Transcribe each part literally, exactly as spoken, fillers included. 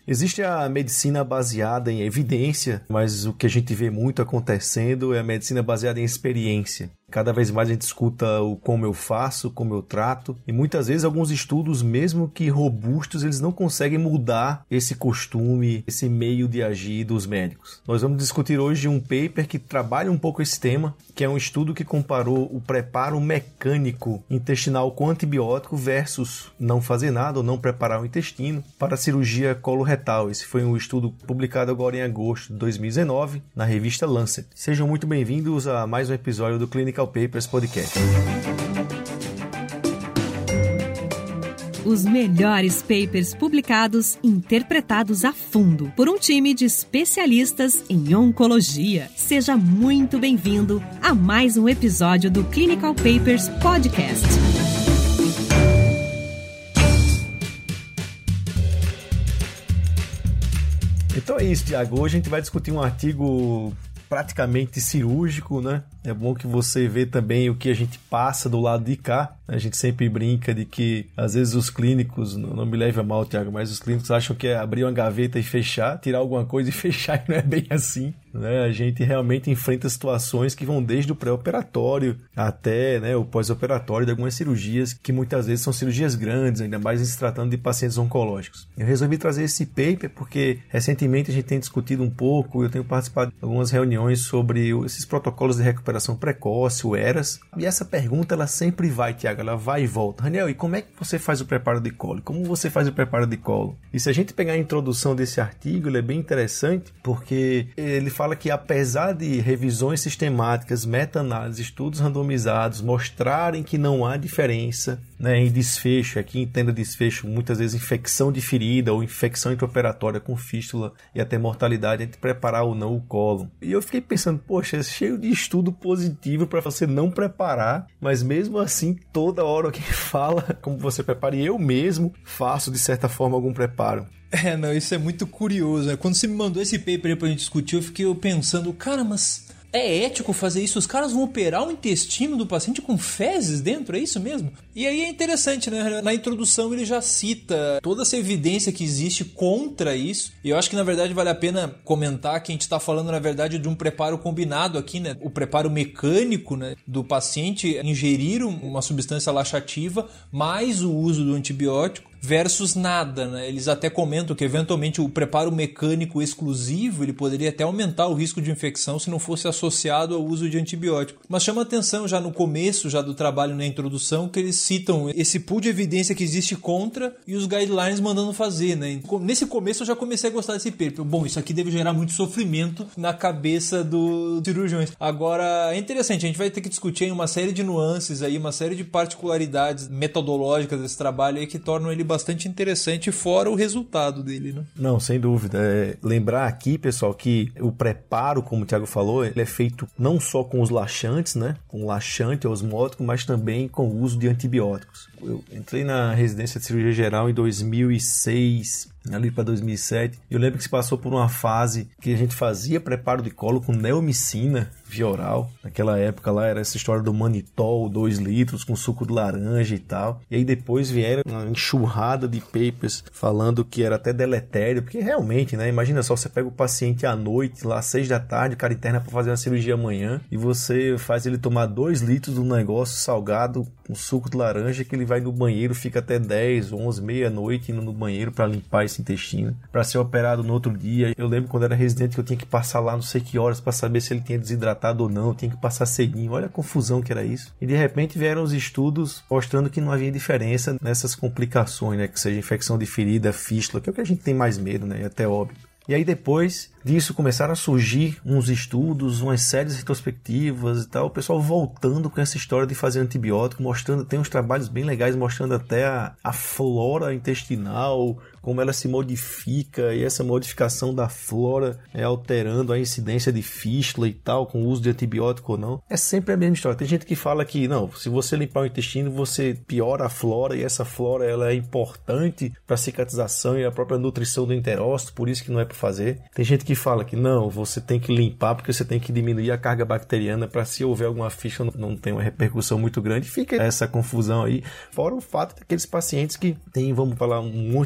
Existe a medicina baseada em evidência, mas o que a gente vê muito acontecendo é a medicina baseada em experiência. Cada vez mais a gente escuta o como eu faço, como eu trato, e muitas vezes alguns estudos, mesmo que robustos, eles não conseguem mudar esse costume, esse meio de agir dos médicos. Nós vamos discutir hoje um paper que trabalha um pouco esse tema, que é um estudo que comparou o preparo mecânico intestinal com antibiótico versus não fazer nada ou não preparar o intestino para a cirurgia coloretal. Esse foi um estudo publicado agora em agosto de dois mil e dezenove na revista Lancet. Sejam muito bem-vindos a mais um episódio do Clinical Papers Podcast. Os melhores papers publicados, interpretados a fundo por um time de especialistas em oncologia. Seja muito bem-vindo a mais um episódio do Clinical Papers Podcast. Então é isso, Tiago. Hoje a gente vai discutir um artigo praticamente cirúrgico, né? É bom que você vê também o que a gente passa do lado de cá. A gente sempre brinca de que, às vezes, os clínicos, não me leve a mal, Tiago, mas os clínicos acham que é abrir uma gaveta e fechar, tirar alguma coisa e fechar, e não é bem assim, né? A gente realmente enfrenta situações que vão desde o pré-operatório até, né, o pós-operatório de algumas cirurgias, que muitas vezes são cirurgias grandes, ainda mais se tratando de pacientes oncológicos. Eu resolvi trazer esse paper porque, recentemente, a gente tem discutido um pouco, eu tenho participado de algumas reuniões sobre esses protocolos de recuperação precoce, o ERAS, e essa pergunta, ela sempre vai, Tiago, ela vai e volta. Raniel, e como é que você faz o preparo de colo? Como você faz o preparo de colo? E se a gente pegar a introdução desse artigo, ele é bem interessante, porque ele fala que apesar de revisões sistemáticas, meta-análises, estudos randomizados mostrarem que não há diferença, né, em desfecho, aqui entenda desfecho, muitas vezes infecção de ferida ou infecção intraoperatória com fístula e até mortalidade entre preparar ou não o colo. E eu fiquei pensando, poxa, é cheio de estudo positivo para você não preparar, mas mesmo assim, toda hora alguém fala como você prepara, e eu mesmo faço de certa forma algum preparo. É, não, isso é muito curioso, né? Quando você me mandou esse paper aí pra gente discutir, eu fiquei pensando, cara, mas é ético fazer isso? Os caras vão operar o intestino do paciente com fezes dentro, é isso mesmo? E aí é interessante, né? Na introdução ele já cita toda essa evidência que existe contra isso. E eu acho que na verdade vale a pena comentar que a gente está falando na verdade de um preparo combinado aqui, né? O preparo mecânico, né, do paciente ingerir uma substância laxativa mais o uso do antibiótico versus nada, né? Eles até comentam que eventualmente o preparo mecânico exclusivo ele poderia até aumentar o risco de infecção se não fosse associado ao uso de antibiótico. Mas chama atenção já no começo já do trabalho, na introdução, que eles citam esse pool de evidência que existe contra e os guidelines mandando fazer, né? Nesse começo eu já comecei a gostar desse paper. Bom, isso aqui deve gerar muito sofrimento na cabeça dos cirurgiões. Agora, é interessante, a gente vai ter que discutir aí uma série de nuances aí, uma série de particularidades metodológicas desse trabalho aí que tornam ele bastante interessante, fora o resultado dele, né? Não, sem dúvida. É, lembrar aqui, pessoal, que o preparo, como o Thiago falou, ele é feito não só com os laxantes, né? Com laxante osmótico, mas também com o uso de antibióticos. Eu entrei na residência de cirurgia geral em dois mil e seis, ali para dois mil e sete. Eu lembro que se passou por uma fase que a gente fazia preparo de colo com neomicina via oral. Naquela época lá era essa história do manitol, dois litros com suco de laranja e tal. E aí depois vieram uma enxurrada de papers falando que era até deletério, porque realmente, né? Imagina só, você pega o paciente à noite, lá às seis da tarde, o cara interna para fazer uma cirurgia amanhã, e você faz ele tomar dois litros de um negócio salgado com suco de laranja, que ele vai no banheiro, fica até dez, onze, meia-noite indo no banheiro para limpar esse intestino, para ser operado no outro dia. Eu lembro quando era residente que eu tinha que passar lá não sei que horas para saber se ele tinha desidratado ou não, eu tinha que passar cedinho. Olha a confusão que era isso. E de repente vieram os estudos mostrando que não havia diferença nessas complicações, né, que seja infecção de ferida, fístula, que é o que a gente tem mais medo, né, e até óbito. E aí depois disso começaram a surgir uns estudos, umas séries retrospectivas e tal, o pessoal voltando com essa história de fazer antibiótico, mostrando, tem uns trabalhos bem legais mostrando até a, a flora intestinal, como ela se modifica, e essa modificação da flora é alterando a incidência de fístula e tal, com o uso de antibiótico ou não. É sempre a mesma história. Tem gente que fala que não, se você limpar o intestino, você piora a flora, e essa flora ela é importante para a cicatrização e a própria nutrição do enterócito, por isso que não é para fazer. Tem gente que fala que não, você tem que limpar porque você tem que diminuir a carga bacteriana para, se houver alguma fístula, não tem uma repercussão muito grande. Fica essa confusão aí, fora o fato daqueles pacientes que têm, vamos falar, um monte de febre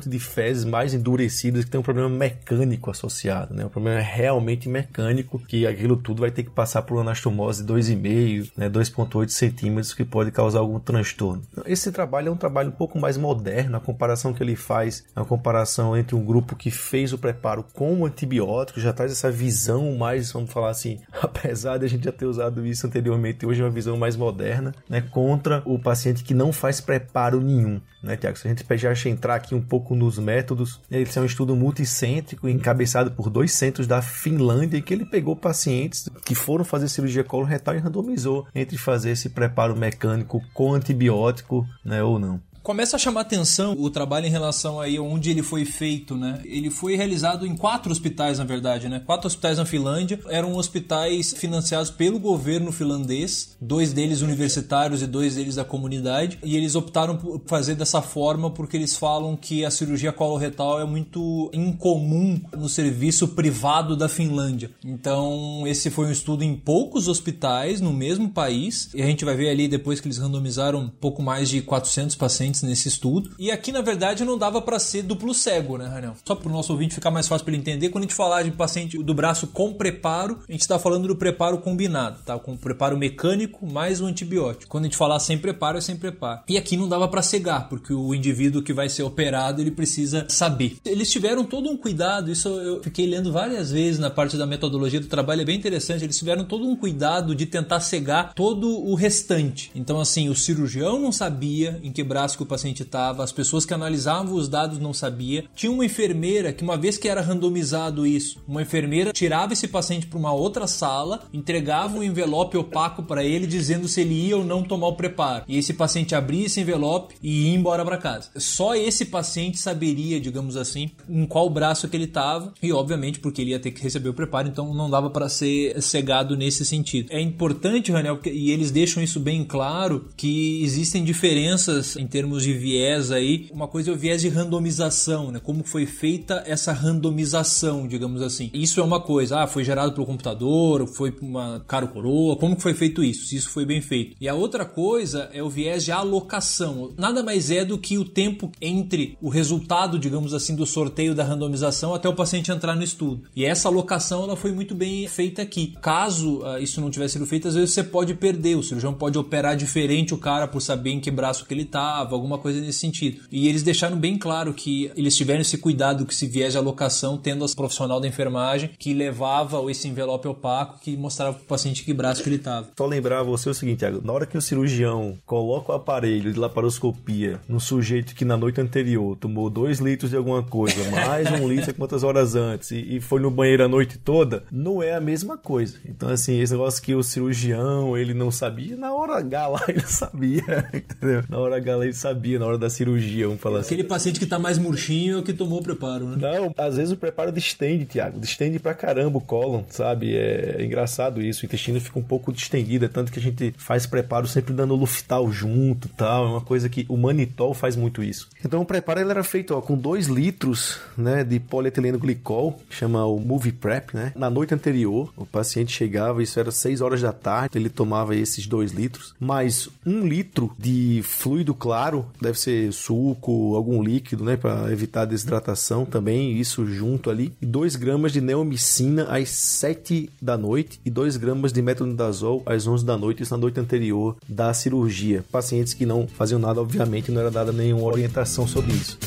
fezes mais endurecidas, que tem um problema mecânico associado, né? Um problema realmente mecânico, que aquilo tudo vai ter que passar por uma anastomose de dois vírgula cinco, né? dois vírgula oito centímetros, que pode causar algum transtorno. Esse trabalho é um trabalho um pouco mais moderno. A comparação que ele faz é uma comparação entre um grupo que fez o preparo com o antibiótico, já traz essa visão mais, vamos falar assim, apesar de a gente já ter usado isso anteriormente, hoje é uma visão mais moderna, né? Contra o paciente que não faz preparo nenhum, né, Tiago? Se a gente já entrar aqui um pouco nos métodos, esse é um estudo multicêntrico, encabeçado por dois centros da Finlândia, que ele pegou pacientes que foram fazer cirurgia coloretal e randomizou entre fazer esse preparo mecânico com antibiótico, né, ou não. Começa a chamar atenção o trabalho em relação aí onde ele foi feito, né? Ele foi realizado em quatro hospitais, na verdade, né? Quatro hospitais na Finlândia. Eram hospitais financiados pelo governo finlandês, dois deles universitários e dois deles da comunidade. E eles optaram por fazer dessa forma porque eles falam que a cirurgia coloretal é muito incomum no serviço privado da Finlândia. Então, esse foi um estudo em poucos hospitais no mesmo país. E a gente vai ver ali depois que eles randomizaram um pouco mais de quatrocentos pacientes nesse estudo. E aqui, na verdade, não dava para ser duplo cego, né, Raniel? Só para o nosso ouvinte ficar mais fácil para ele entender, quando a gente falar de paciente do braço com preparo, a gente está falando do preparo combinado, tá? Com preparo mecânico mais o antibiótico. Quando a gente falar sem preparo, é sem preparo. E aqui não dava para cegar, porque o indivíduo que vai ser operado, ele precisa saber. Eles tiveram todo um cuidado, isso eu fiquei lendo várias vezes na parte da metodologia do trabalho, é bem interessante, eles tiveram todo um cuidado de tentar cegar todo o restante. Então, assim, o cirurgião não sabia em que braço que o paciente estava, as pessoas que analisavam os dados não sabiam. Tinha uma enfermeira que, uma vez que era randomizado isso, uma enfermeira tirava esse paciente para uma outra sala, entregava um envelope opaco para ele, dizendo se ele ia ou não tomar o preparo. E esse paciente abria esse envelope e ia embora para casa. Só esse paciente saberia, digamos assim, em qual braço que ele estava, e obviamente porque ele ia ter que receber o preparo, então não dava para ser cegado nesse sentido. É importante, Raniel, e eles deixam isso bem claro, que existem diferenças em termos de viés aí. Uma coisa é o viés de randomização, né? Como foi feita essa randomização, digamos assim. Isso é uma coisa, ah, foi gerado pelo computador, foi uma cara ou coroa, como que foi feito isso? Se isso foi bem feito. E a outra coisa é o viés de alocação. Nada mais é do que o tempo entre o resultado, digamos assim, do sorteio da randomização até o paciente entrar no estudo. E essa alocação, ela foi muito bem feita aqui. Caso uh, isso não tivesse sido feito, às vezes você pode perder. O cirurgião pode operar diferente o cara por saber em que braço que ele estava, alguma coisa nesse sentido. E eles deixaram bem claro que eles tiveram esse cuidado com esse viés de alocação, tendo a profissional da enfermagem que levava esse envelope opaco que mostrava para o paciente que braço que ele estava. Só lembrar você o seguinte, Thiago, na hora que o cirurgião coloca o aparelho de laparoscopia no sujeito que na noite anterior tomou dois litros de alguma coisa, mais um litro quantas horas antes e, e foi no banheiro a noite toda, não é a mesma coisa. Então, assim, esse negócio que o cirurgião, ele não sabia, na hora H lá ele sabia, entendeu? Na hora H lá ele sabia, na hora da cirurgia, vamos falar Aquele assim. paciente que tá mais murchinho é o que tomou o preparo, né? Não, às vezes o preparo distende, Thiago, distende pra caramba o cólon, sabe? É engraçado isso, o intestino fica um pouco distendido, é tanto que a gente faz preparo sempre dando Luftal junto, tal, é uma coisa que o manitol faz muito isso. Então o preparo ele era feito, ó, com dois litros, né, de polietileno glicol, que chama o Movie Prep, né? Na noite anterior, o paciente chegava, isso era seis horas da tarde, ele tomava esses dois litros, mais um litro de fluido claro, deve ser suco, algum líquido, né, para evitar desidratação também, isso junto ali, e dois gramas de neomicina às sete da noite e dois gramas de metronidazol às onze da noite, isso na noite anterior da cirurgia. Pacientes que não faziam nada, obviamente, não era dada nenhuma orientação sobre isso.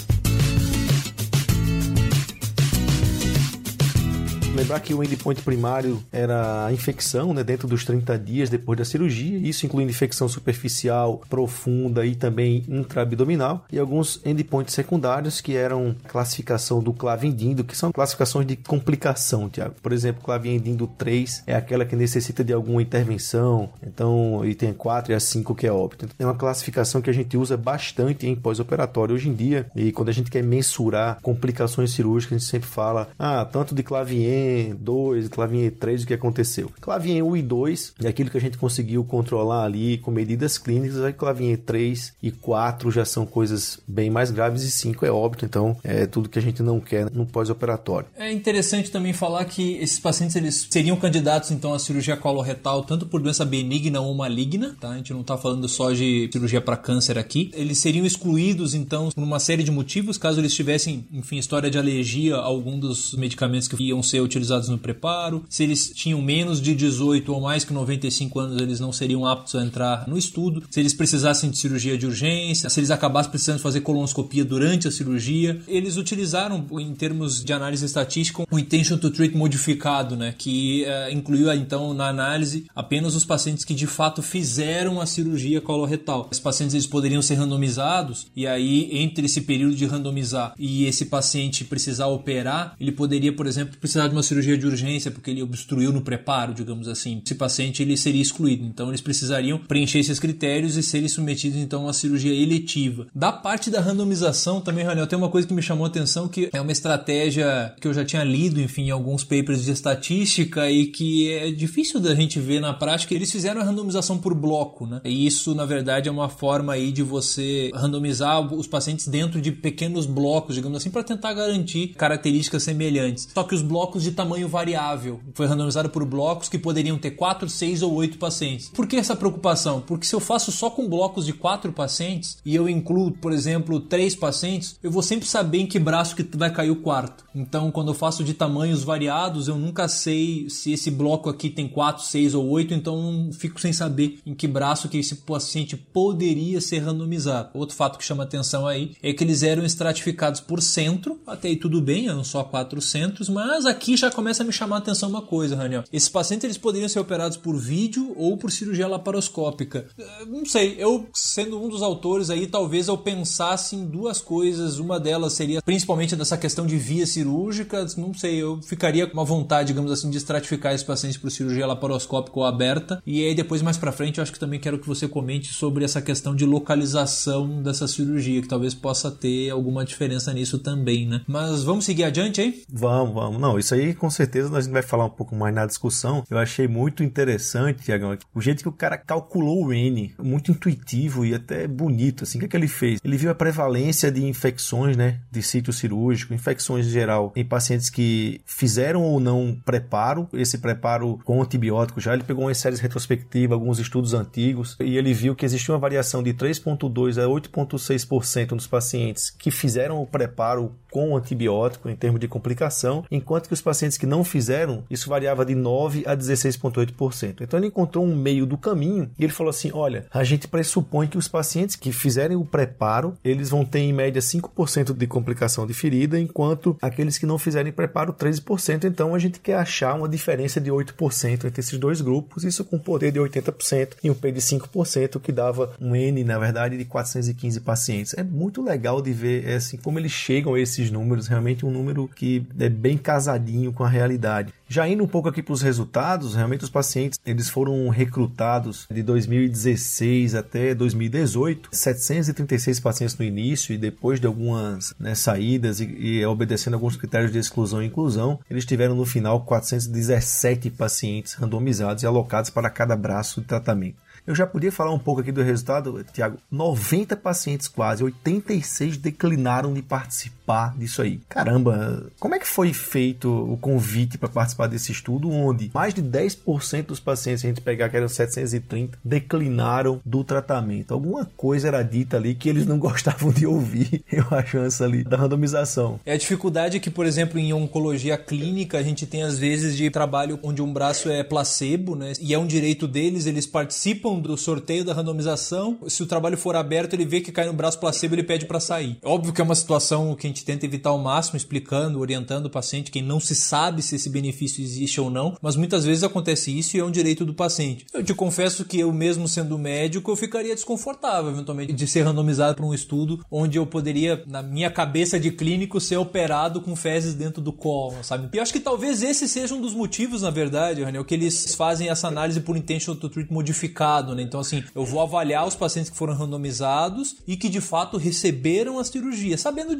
Lembrar que o endpoint primário era a infecção, né, dentro dos trinta dias depois da cirurgia, isso incluindo infecção superficial, profunda e também intraabdominal, e alguns endpoints secundários que eram classificação do Clavien-Dindo, que são classificações de complicação, Tiago. Por exemplo, Clavien-Dindo três é aquela que necessita de alguma intervenção, então item quatro e a cinco que é óbito. É uma classificação que a gente usa bastante em pós-operatório hoje em dia, e quando a gente quer mensurar complicações cirúrgicas, a gente sempre fala, ah, tanto de Clavien Clavien dois, Clavien três, o que aconteceu? Clavien um e dois é aquilo que a gente conseguiu controlar ali com medidas clínicas, aí Clavien três e quatro já são coisas bem mais graves e cinco é óbito, então é tudo que a gente não quer no pós-operatório. É interessante também falar que esses pacientes eles seriam candidatos então à cirurgia coloretal tanto por doença benigna ou maligna, tá? A gente não está falando só de cirurgia para câncer aqui. Eles seriam excluídos então por uma série de motivos, caso eles tivessem, enfim, história de alergia a algum dos medicamentos que iam ser utilizados no preparo. Se eles tinham menos de dezoito ou mais que noventa e cinco anos, eles não seriam aptos a entrar no estudo. Se eles precisassem de cirurgia de urgência, se eles acabassem precisando fazer colonoscopia durante a cirurgia, eles utilizaram, em termos de análise estatística, o intention to treat modificado, né, que uh, incluiu então na análise apenas os pacientes que de fato fizeram a cirurgia coloretal. Os pacientes eles poderiam ser randomizados e aí entre esse período de randomizar e esse paciente precisar operar, ele poderia, por exemplo, precisar de uma cirurgia de urgência porque ele obstruiu no preparo, digamos assim. Esse paciente ele seria excluído. Então eles precisariam preencher esses critérios e serem submetidos então à cirurgia eletiva. Da parte da randomização também, Raniel, tem uma coisa que me chamou a atenção, que é uma estratégia que eu já tinha lido, enfim, em alguns papers de estatística e que é difícil da gente ver na prática. Eles fizeram a randomização por bloco, né? E isso, na verdade, é uma forma aí de você randomizar os pacientes dentro de pequenos blocos, digamos assim, para tentar garantir características semelhantes. Só que os blocos de tamanho variável foi randomizado por blocos que poderiam ter quatro, seis ou oito pacientes. Por que essa preocupação? Porque se eu faço só com blocos de quatro pacientes e eu incluo, por exemplo, três pacientes, eu vou sempre saber em que braço que vai cair o quarto. Então, quando eu faço de tamanhos variados, eu nunca sei se esse bloco aqui tem quatro, seis ou oito, então eu fico sem saber em que braço que esse paciente poderia ser randomizado. Outro fato que chama atenção aí é que eles eram estratificados por centro, até aí tudo bem, eram só quatro centros, mas aqui já começa a me chamar a atenção uma coisa, Raniel. Esses pacientes eles poderiam ser operados por vídeo ou por cirurgia laparoscópica. Não sei, eu sendo um dos autores aí, talvez eu pensasse em duas coisas. Uma delas seria principalmente dessa questão de vias cirúrgicas. Não sei, eu ficaria com uma vontade, digamos assim, de estratificar esses pacientes por cirurgia laparoscópica ou aberta. E aí depois, mais pra frente, eu acho que também quero que você comente sobre essa questão de localização dessa cirurgia, que talvez possa ter alguma diferença nisso também, né? Mas vamos seguir adiante aí? Vamos, vamos. Não, isso aí com certeza a gente vai falar um pouco mais na discussão. Eu achei muito interessante, Tiagão, o jeito que o cara calculou o N, muito intuitivo e até bonito, assim. O que é que ele fez? Ele viu a prevalência de infecções, né, de sítio cirúrgico, infecções em geral, em pacientes que fizeram ou não preparo, esse preparo com antibiótico já. Ele pegou umas séries retrospectivas, alguns estudos antigos, e ele viu que existia uma variação de três vírgula dois a oito vírgula seis por cento nos pacientes que fizeram o preparo com antibiótico em termos de complicação, enquanto que os pacientes que não fizeram, isso variava de nove a dezesseis vírgula oito por cento. Então ele encontrou um meio do caminho e ele falou assim, olha, a gente pressupõe que os pacientes que fizerem o preparo, eles vão ter em média cinco por cento de complicação de ferida, enquanto aqueles que não fizerem preparo, treze por cento. Então a gente quer achar uma diferença de oito por cento entre esses dois grupos, isso com poder de oitenta por cento e um P de cinco por cento, que dava um N, na verdade, de quatrocentos e quinze pacientes. É muito legal de ver assim, como eles chegam a esses números, realmente um número que é bem casadinho com a realidade. Já indo um pouco aqui para os resultados, realmente os pacientes eles foram recrutados de dois mil e dezesseis até dois mil e dezoito, setecentos e trinta e seis pacientes no início e depois de algumas, né, saídas e, e obedecendo alguns critérios de exclusão e inclusão, eles tiveram no final quatrocentos e dezessete pacientes randomizados e alocados para cada braço de tratamento. Eu já podia falar um pouco aqui do resultado, Tiago. noventa pacientes quase, oitenta e seis declinaram de participar disso aí. Caramba, como é que foi feito o convite para participar desse estudo, onde mais de dez por cento dos pacientes, se a gente pegar que eram setecentos e trinta, declinaram do tratamento? Alguma coisa era dita ali que eles não gostavam de ouvir, eu acho, antes ali da randomização. É a dificuldade que, por exemplo, em oncologia clínica, a gente tem às vezes de trabalho onde um braço é placebo, né? E é um direito deles, eles participam do sorteio da randomização. Se o trabalho for aberto, ele vê que cai no braço placebo, ele pede para sair. Óbvio que é uma situação que a gente tenta evitar ao máximo, explicando, orientando o paciente, quem não se sabe se esse benefício existe ou não, mas muitas vezes acontece isso e é um direito do paciente. Eu te confesso que eu mesmo sendo médico, eu ficaria desconfortável eventualmente de ser randomizado para um estudo onde eu poderia, na minha cabeça de clínico, ser operado com fezes dentro do colo, sabe? E eu acho que talvez esse seja um dos motivos, na verdade, Raniel, que eles fazem essa análise por intention to treat modificado, né? Então, assim, eu vou avaliar os pacientes que foram randomizados e que, de fato, receberam a cirurgia, sabendo disso, que vai ter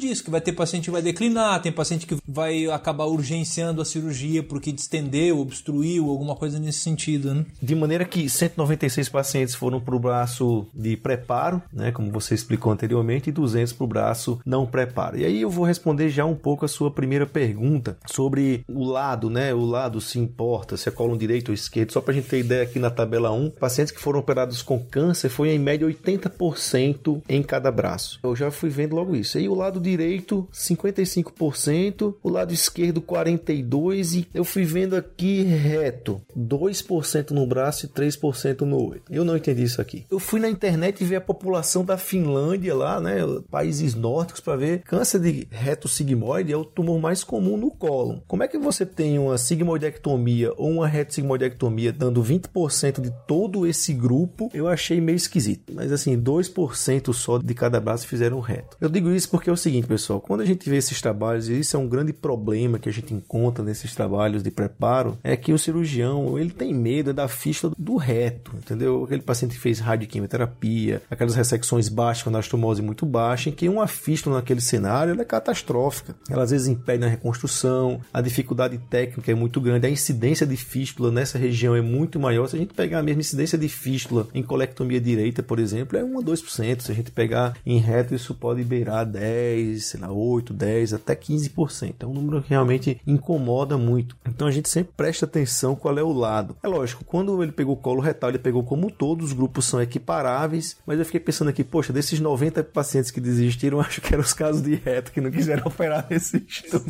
ter paciente que vai declinar, tem paciente que vai acabar urgenciando a cirurgia porque distendeu, obstruiu, alguma coisa nesse sentido, né? De maneira que cento e noventa e seis pacientes foram para o braço de preparo, né, como você explicou anteriormente, e duzentos para o braço não preparo. E aí eu vou responder já um pouco a sua primeira pergunta sobre o lado, né? O lado se importa, se é cólon direito ou esquerdo. Só para a gente ter ideia, aqui na tabela um, pacientes que foram operados com câncer foi em média oitenta por cento em cada braço. Eu já fui vendo logo isso. E aí o lado direito, cinquenta e cinco por cento, o lado esquerdo, quarenta e dois por cento, e eu fui vendo aqui reto, dois por cento no braço e três por cento no olho. Eu não entendi isso aqui. Eu fui na internet ver a população da Finlândia lá, né, países nórdicos, para ver câncer de reto sigmoide é o tumor mais comum no cólon. Como é que você tem uma sigmoidectomia ou uma reto sigmoidectomia dando vinte por cento de todo esse grupo? Eu achei meio esquisito. Mas assim, dois por cento só de cada braço fizeram reto. Eu digo isso porque é o seguinte, pessoal, quando a gente vê esses trabalhos, e isso é um grande problema que a gente encontra nesses trabalhos de preparo, é que o cirurgião, ele tem medo da fístula do reto, entendeu? Aquele paciente que fez radioquimioterapia, aquelas ressecções baixas com anastomose muito baixa, em que uma fístula naquele cenário ela é catastrófica. Ela às vezes impede a reconstrução, a dificuldade técnica é muito grande, a incidência de fístula nessa região é muito maior. Se a gente pegar a mesma incidência de fístula em colectomia direita, por exemplo, é um a dois por cento. Se a gente pegar em reto, isso pode beirar dez, sei lá, oito, dez, até quinze por cento. É um número que realmente incomoda muito. Então a gente sempre presta atenção qual é o lado. É lógico, quando ele pegou colo retal, ele pegou como todo, os grupos são equiparáveis, mas eu fiquei pensando aqui, poxa, desses noventa pacientes que desistiram, acho que eram os casos de reto que não quiseram operar nesse estudo.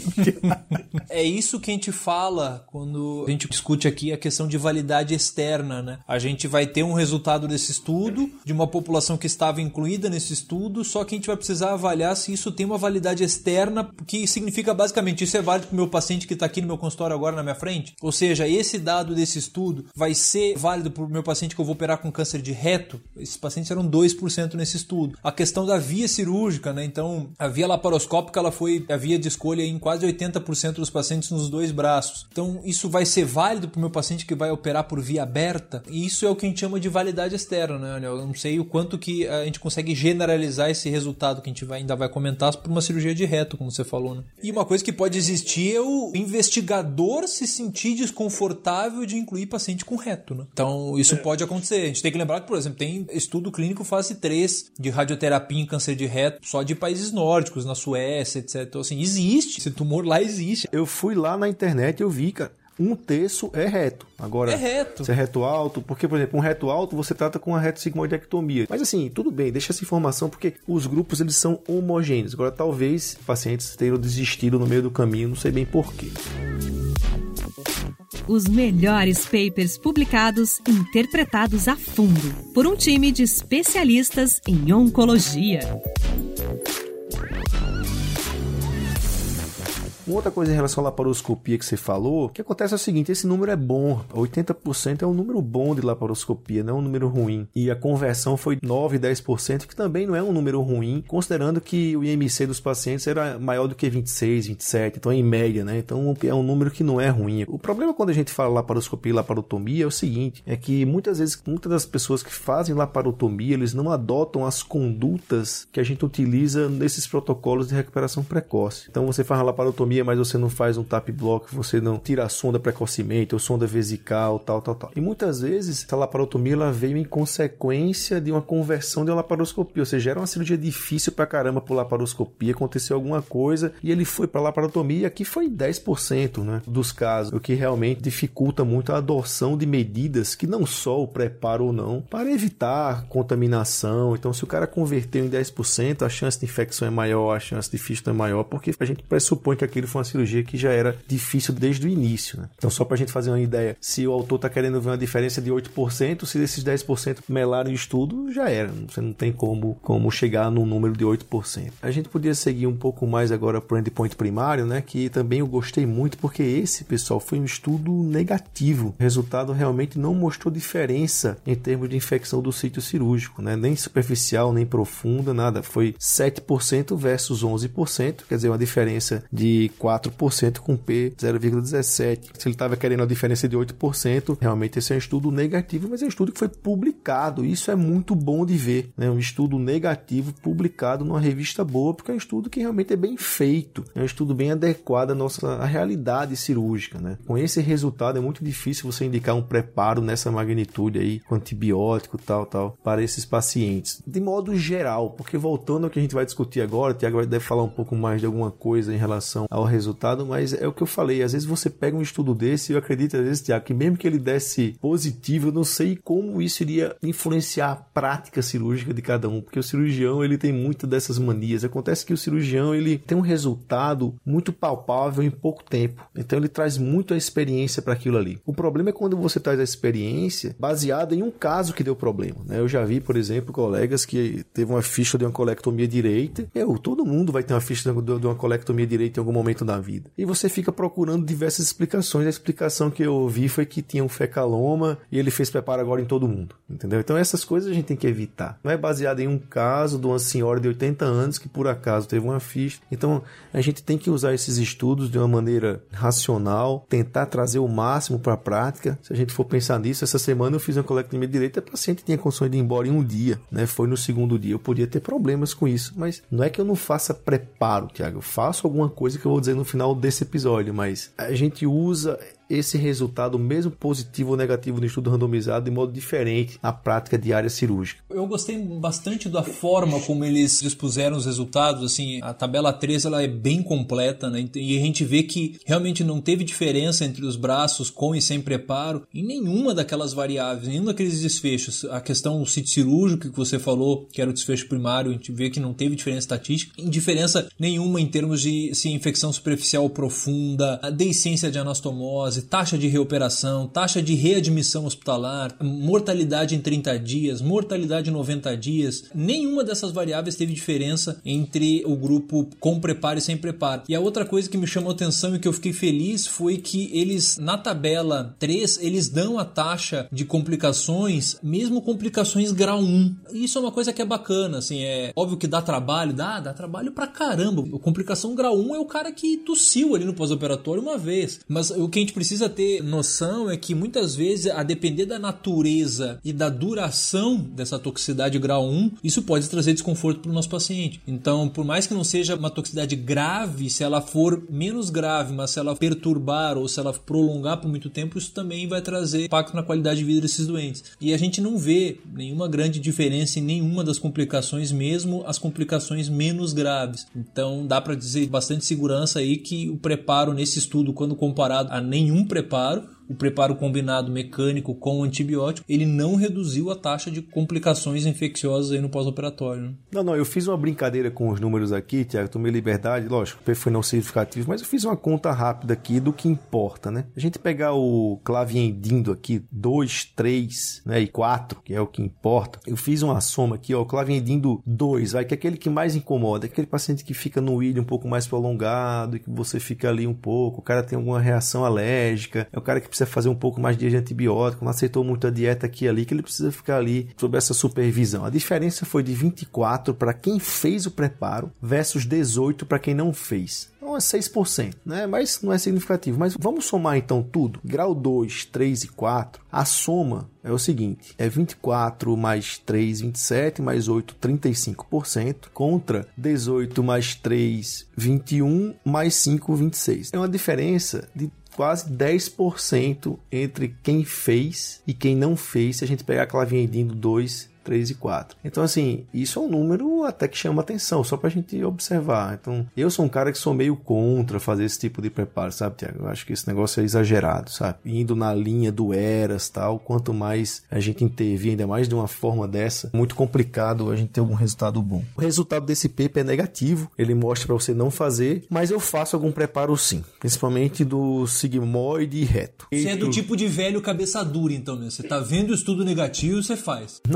É isso que a gente fala quando a gente discute aqui a questão de validade externa, né? A gente vai ter um resultado desse estudo, de uma população que estava incluída nesse estudo, só que a gente vai precisar avaliar se isso tem uma validade externa, que significa basicamente, isso é válido para o meu paciente que está aqui no meu consultório agora na minha frente? Ou seja, esse dado desse estudo vai ser válido para o meu paciente que eu vou operar com câncer de reto? Esses pacientes eram dois por cento nesse estudo. A questão da via cirúrgica, né? Então, a via laparoscópica, ela foi a via de escolha em quase oitenta por cento dos pacientes nos dois braços. Então, isso vai ser válido para o meu paciente que vai operar por via aberta? E isso é o que a gente chama de validade externa, né? Eu não sei o quanto que a gente consegue generalizar esse resultado que a gente vai, ainda vai comentar por uma cirurgia de reto, como você falou, né? E uma coisa que pode existir é o investigador se sentir desconfortável de incluir paciente com reto, né? Então, isso é. pode acontecer. A gente tem que lembrar que, por exemplo, tem estudo clínico fase três de radioterapia em câncer de reto só de países nórdicos, na Suécia, etcétera. Então, assim, existe. Esse tumor lá existe. Eu fui lá na internet e eu vi, cara, um terço é reto. Agora, é reto. Se é reto alto, porque, por exemplo, um reto alto você trata com a reto sigmoidectomia. Mas assim, tudo bem, deixa essa informação, porque os grupos eles são homogêneos. Agora, talvez pacientes tenham desistido no meio do caminho, não sei bem porquê. Os melhores papers publicados, interpretados a fundo, por um time de especialistas em oncologia. Uma outra coisa em relação à laparoscopia que você falou, o que acontece é o seguinte, esse número é bom, oitenta por cento é um número bom de laparoscopia, não é um número ruim. E a conversão foi nove, dez por cento, que também não é um número ruim, considerando que o I M C dos pacientes era maior do que vinte e seis, vinte e sete, então em média, né? Então é um número que não é ruim. O problema quando a gente fala laparoscopia e laparotomia é o seguinte, é que muitas vezes, muitas das pessoas que fazem laparotomia, eles não adotam as condutas que a gente utiliza nesses protocolos de recuperação precoce. Então você faz a laparotomia, mas você não faz um tap block, você não tira a sonda precocemente, ou sonda vesical, tal, tal, tal. E muitas vezes, essa laparotomia ela veio em consequência de uma conversão de uma laparoscopia, ou seja, era uma cirurgia difícil pra caramba por laparoscopia, aconteceu alguma coisa, e ele foi pra laparotomia, e aqui foi dez por cento, né, dos casos, o que realmente dificulta muito a adoção de medidas que não só o preparo ou não, para evitar contaminação. Então, se o cara converteu em dez por cento, a chance de infecção é maior, a chance de fístula é maior, porque a gente pressupõe que aquilo foi uma cirurgia que já era difícil desde o início, né? Então, só para a gente fazer uma ideia, se o autor está querendo ver uma diferença de oito por cento, se desses dez por cento melaram o estudo, já era. Você não tem como, como chegar no número de oito por cento. A gente podia seguir um pouco mais agora para o endpoint primário, né? Que também eu gostei muito, porque esse, pessoal, foi um estudo negativo. O resultado realmente não mostrou diferença em termos de infecção do sítio cirúrgico, né? Nem superficial, nem profunda, nada. Foi sete por cento versus onze por cento, quer dizer, uma diferença de quatro por cento com P zero vírgula dezessete. Se ele estava querendo a diferença de oito por cento, realmente esse é um estudo negativo, mas é um estudo que foi publicado. Isso é muito bom de ver, né? Um estudo negativo publicado numa revista boa, porque é um estudo que realmente é bem feito, é um estudo bem adequado à nossa à realidade cirúrgica, né? Com esse resultado é muito difícil você indicar um preparo nessa magnitude aí, com antibiótico, tal, tal, para esses pacientes. De modo geral, porque voltando ao que a gente vai discutir agora, o Tiago deve falar um pouco mais de alguma coisa em relação ao resultado, mas é o que eu falei, às vezes você pega um estudo desse e eu acredito, às vezes, Tiago, que mesmo que ele desse positivo, eu não sei como isso iria influenciar a prática cirúrgica de cada um, porque o cirurgião, ele tem muito dessas manias. Acontece que o cirurgião, ele tem um resultado muito palpável em pouco tempo, então ele traz muito a experiência para aquilo ali. O problema é quando você traz a experiência baseada em um caso que deu problema, né? Eu já vi, por exemplo, colegas que teve uma ficha de uma colectomia direita. Eu, todo mundo vai ter uma ficha de uma colectomia direita em algum momento da vida. E você fica procurando diversas explicações. A explicação que eu ouvi foi que tinha um fecaloma e ele fez preparo agora em todo mundo, entendeu? Então essas coisas a gente tem que evitar. Não é baseado em um caso de uma senhora de oitenta anos que por acaso teve uma ficha. Então a gente tem que usar esses estudos de uma maneira racional, tentar trazer o máximo para a prática. Se a gente for pensar nisso, essa semana eu fiz uma colectomia direita, a paciente tinha condições de ir embora em um dia, né? Foi no segundo dia. Eu podia ter problemas com isso, mas não é que eu não faça preparo, Tiago. Eu faço alguma coisa que eu vou dizer no final desse episódio, mas a gente usa esse resultado, mesmo positivo ou negativo no estudo randomizado, de modo diferente na prática diária cirúrgica. Eu gostei bastante da forma como eles expuseram os resultados. Assim, a tabela três ela é bem completa, né? E a gente vê que realmente não teve diferença entre os braços com e sem preparo em nenhuma daquelas variáveis, nenhum daqueles desfechos. A questão do sítio cirúrgico que você falou, que era o desfecho primário, a gente vê que não teve diferença estatística, em diferença nenhuma em termos de assim, infecção superficial profunda, a deiscência de anastomose, taxa de reoperação, taxa de readmissão hospitalar, mortalidade em trinta dias, mortalidade em noventa dias. Nenhuma dessas variáveis teve diferença entre o grupo com preparo e sem preparo. E a outra coisa que me chamou a atenção e que eu fiquei feliz foi que eles, na tabela três, eles dão a taxa de complicações, mesmo complicações grau um. Isso é uma coisa que é bacana, assim, é óbvio que dá trabalho, dá, dá trabalho pra caramba. A complicação grau um é o cara que tossiu ali no pós-operatório uma vez. Mas o que a gente precisa ter noção é que muitas vezes, a depender da natureza e da duração dessa toxicidade grau um, isso pode trazer desconforto para o nosso paciente. Então, por mais que não seja uma toxicidade grave, se ela for menos grave, mas se ela perturbar ou se ela prolongar por muito tempo, isso também vai trazer impacto na qualidade de vida desses doentes. E a gente não vê nenhuma grande diferença em nenhuma das complicações, mesmo as complicações menos graves. Então, dá para dizer bastante segurança aí que o preparo nesse estudo, quando comparado a nenhum preparo, o preparo combinado mecânico com antibiótico, ele não reduziu a taxa de complicações infecciosas aí no pós-operatório. Né? Não, não, eu fiz uma brincadeira com os números aqui, Tiago, tomei liberdade, lógico, foi não significativo, mas eu fiz uma conta rápida aqui do que importa, né? A gente pegar o claviendindo aqui, dois, três, né, e quatro, que é o que importa, eu fiz uma soma aqui, ó, o claviendindo dois, vai, que é aquele que mais incomoda, aquele paciente que fica no ilho um pouco mais prolongado, e que você fica ali um pouco, o cara tem alguma reação alérgica, é o cara que precisa fazer um pouco mais de antibiótico, não aceitou muito a dieta aqui e ali, que ele precisa ficar ali sob essa supervisão. A diferença foi de vinte e quatro para quem fez o preparo versus dezoito para quem não fez. Então é seis por cento, né? Mas não é significativo. Mas vamos somar então tudo. Grau dois, três e quatro. A soma é o seguinte. É vinte e quatro mais três, vinte e sete, mais oito, trinta e cinco por cento. Contra dezoito mais três, vinte e um, mais cinco, vinte e seis. É uma diferença de quase dez por cento entre quem fez e quem não fez, se a gente pegar a claviendindo dois, três e quatro. Então, assim, isso é um número até que chama atenção, só pra gente observar. Então, eu sou um cara que sou meio contra fazer esse tipo de preparo, sabe, Tiago? Eu acho que esse negócio é exagerado, sabe? Indo na linha do Eras, tal, quanto mais a gente intervir, ainda mais de uma forma dessa, muito complicado a gente ter algum resultado bom. O resultado desse paper é negativo, ele mostra pra você não fazer, mas eu faço algum preparo sim, principalmente do sigmoide e reto. Você é do tipo de velho cabeça dura, então, né? Você tá vendo o estudo negativo, você faz. Não, eu não faço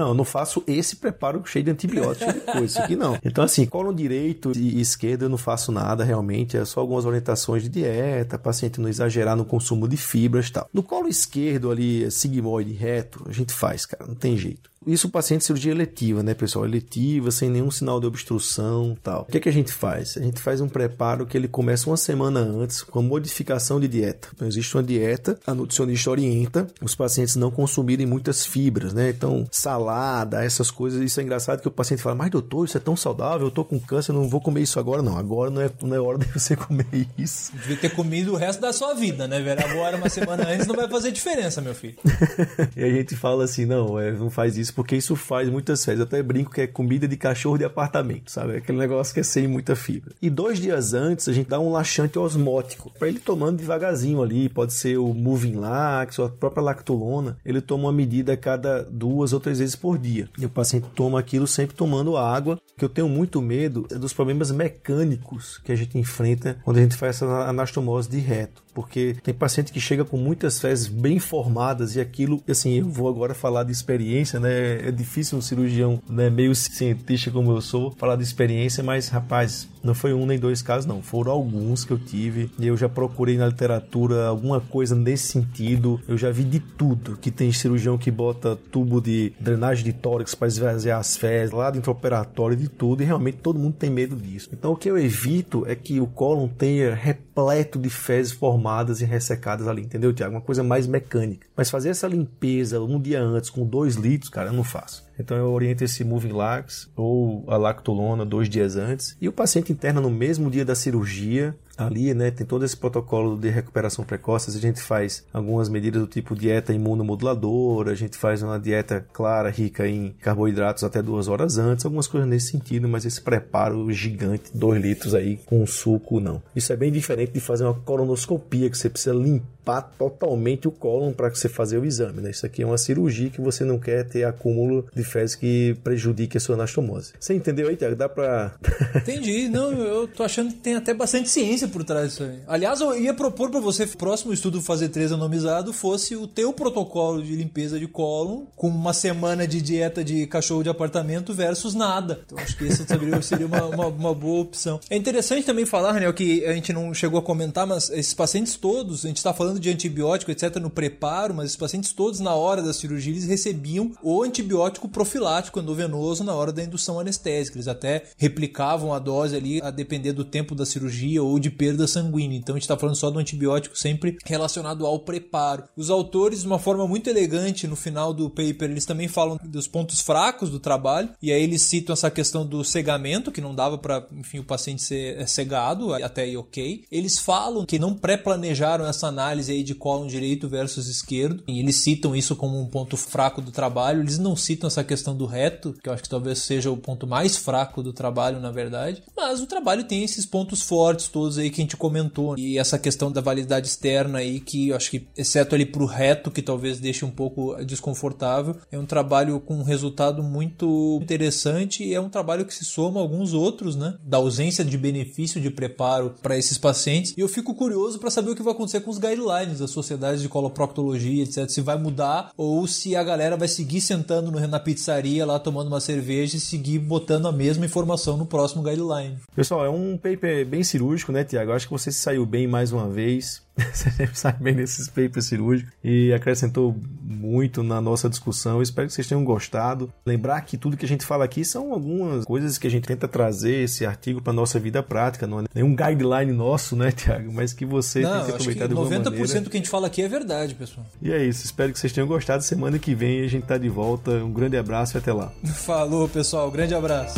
faço esse preparo cheio de antibióticos, cheio de coisa. Isso aqui não. Então, assim, cólon direito e esquerdo eu não faço nada realmente, é só algumas orientações de dieta, paciente não exagerar no consumo de fibras e tal. No colo esquerdo ali, sigmoide reto, a gente faz, cara, não tem jeito. Isso o paciente de cirurgia eletiva, né, pessoal? Eletiva, sem nenhum sinal de obstrução e tal. O que é que a gente faz? A gente faz um preparo que ele começa uma semana antes com a modificação de dieta. Então, existe uma dieta, a nutricionista orienta os pacientes não consumirem muitas fibras, né? Então, salada, essas coisas, isso é engraçado que o paciente fala, mas doutor, isso é tão saudável, eu tô com câncer, não vou comer isso agora. Não, agora não é, não é hora de você comer isso. Devia ter comido o resto da sua vida, né, velho? Agora, uma semana antes, não vai fazer diferença, meu filho. E a gente fala assim, não, é, não faz isso, porque isso faz muitas fezes. Eu até brinco que é comida de cachorro de apartamento, sabe? Aquele negócio que é sem muita fibra. E dois dias antes, a gente dá um laxante osmótico, para ele tomando devagarzinho ali. Pode ser o Moving Lax, ou a própria lactulona. Ele toma uma medida a cada duas ou três vezes por dia. E o paciente toma aquilo sempre tomando água. O que eu tenho muito medo é dos problemas mecânicos que a gente enfrenta quando a gente faz essa anastomose de reto. Porque tem paciente que chega com muitas fezes bem formadas e aquilo, assim, eu vou agora falar de experiência, né? É difícil um cirurgião, né, meio cientista como eu sou, falar de experiência, mas, rapaz, não foi um nem dois casos, não. Foram alguns que eu tive e eu já procurei na literatura alguma coisa nesse sentido. Eu já vi de tudo, que tem cirurgião que bota tubo de drenagem de tórax para esvaziar as fezes, lá do intraoperatório, de tudo, e realmente todo mundo tem medo disso. Então, o que eu evito é que o cólon tenha repleto de fezes formadas e ressecadas ali, entendeu, Tiago? Uma coisa mais mecânica. Mas fazer essa limpeza um dia antes com dois litros, cara, eu não faço. Então eu oriento esse Moving Lax ou a lactulona dois dias antes. E o paciente interna no mesmo dia da cirurgia. Ali, né, tem todo esse protocolo de recuperação precoce. A gente faz algumas medidas do tipo dieta imunomoduladora, a gente faz uma dieta clara, rica em carboidratos até duas horas antes, algumas coisas nesse sentido, mas esse preparo gigante, dois litros aí com suco, não. Isso é bem diferente de fazer uma colonoscopia, que você precisa limpar totalmente o cólon para você fazer o exame, né? Isso aqui é uma cirurgia que você não quer ter acúmulo de fezes que prejudique a sua anastomose. Você entendeu aí, Tiago? Dá pra... Entendi. Não, eu tô achando que tem até bastante ciência por trás disso aí. Aliás, eu ia propor para você, próximo estudo Fazer três Anomizado, fosse o teu protocolo de limpeza de cólon com uma semana de dieta de cachorro de apartamento versus nada. Então, acho que isso seria uma, uma, uma boa opção. É interessante também falar, Raniel, que a gente não chegou a comentar, mas esses pacientes todos, a gente está falando de antibiótico, etcétera, no preparo, mas esses pacientes todos, na hora da cirurgia, eles recebiam o antibiótico profilático endovenoso na hora da indução anestésica. Eles até replicavam a dose ali a depender do tempo da cirurgia ou de perda sanguínea. Então a gente está falando só do antibiótico sempre relacionado ao preparo. Os autores, de uma forma muito elegante, no final do paper, eles também falam dos pontos fracos do trabalho, e aí eles citam essa questão do cegamento, que não dava para, enfim, o paciente ser cegado, até aí ok. Eles falam que não pré-planejaram essa análise aí de cólon direito versus esquerdo, e eles citam isso como um ponto fraco do trabalho. Eles não citam essa questão do reto, que eu acho que talvez seja o ponto mais fraco do trabalho, na verdade, mas o trabalho tem esses pontos fortes todos aí que a gente comentou, e essa questão da validade externa aí, que eu acho que, exceto ali pro reto, que talvez deixe um pouco desconfortável, é um trabalho com um resultado muito interessante, e é um trabalho que se soma a alguns outros, né, da ausência de benefício de preparo para esses pacientes. E eu fico curioso para saber o que vai acontecer com os guidelines das sociedades de coloproctologia, etcétera, se vai mudar ou se a galera vai seguir sentando no, na pizzaria lá tomando uma cerveja e seguir botando a mesma informação no próximo guideline. Pessoal, é um paper bem cirúrgico, né, Tiago? Acho que você saiu bem mais uma vez. Você sempre sai bem nesses papers cirúrgicos e acrescentou muito na nossa discussão. Eu espero que vocês tenham gostado. Lembrar que tudo que a gente fala aqui são algumas coisas que a gente tenta trazer esse artigo para nossa vida prática. Não é nenhum guideline nosso, né, Tiago? Mas que você não, tem que aproveitar de alguma maneira. noventa por cento do que a gente fala aqui é verdade, pessoal. E é isso. Espero que vocês tenham gostado. Semana que vem a gente tá de volta. Um grande abraço e até lá. Falou, pessoal. Grande abraço.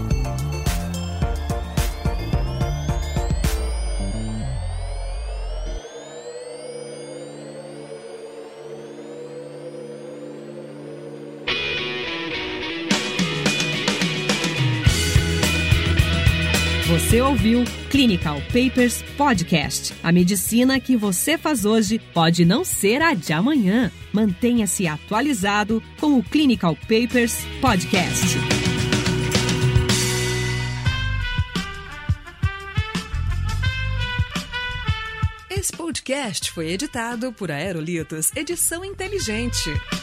Você ouviu Clinical Papers Podcast. A medicina que você faz hoje pode não ser a de amanhã. Mantenha-se atualizado com o Clinical Papers Podcast. Esse podcast foi editado por Aerolitos Edição Inteligente.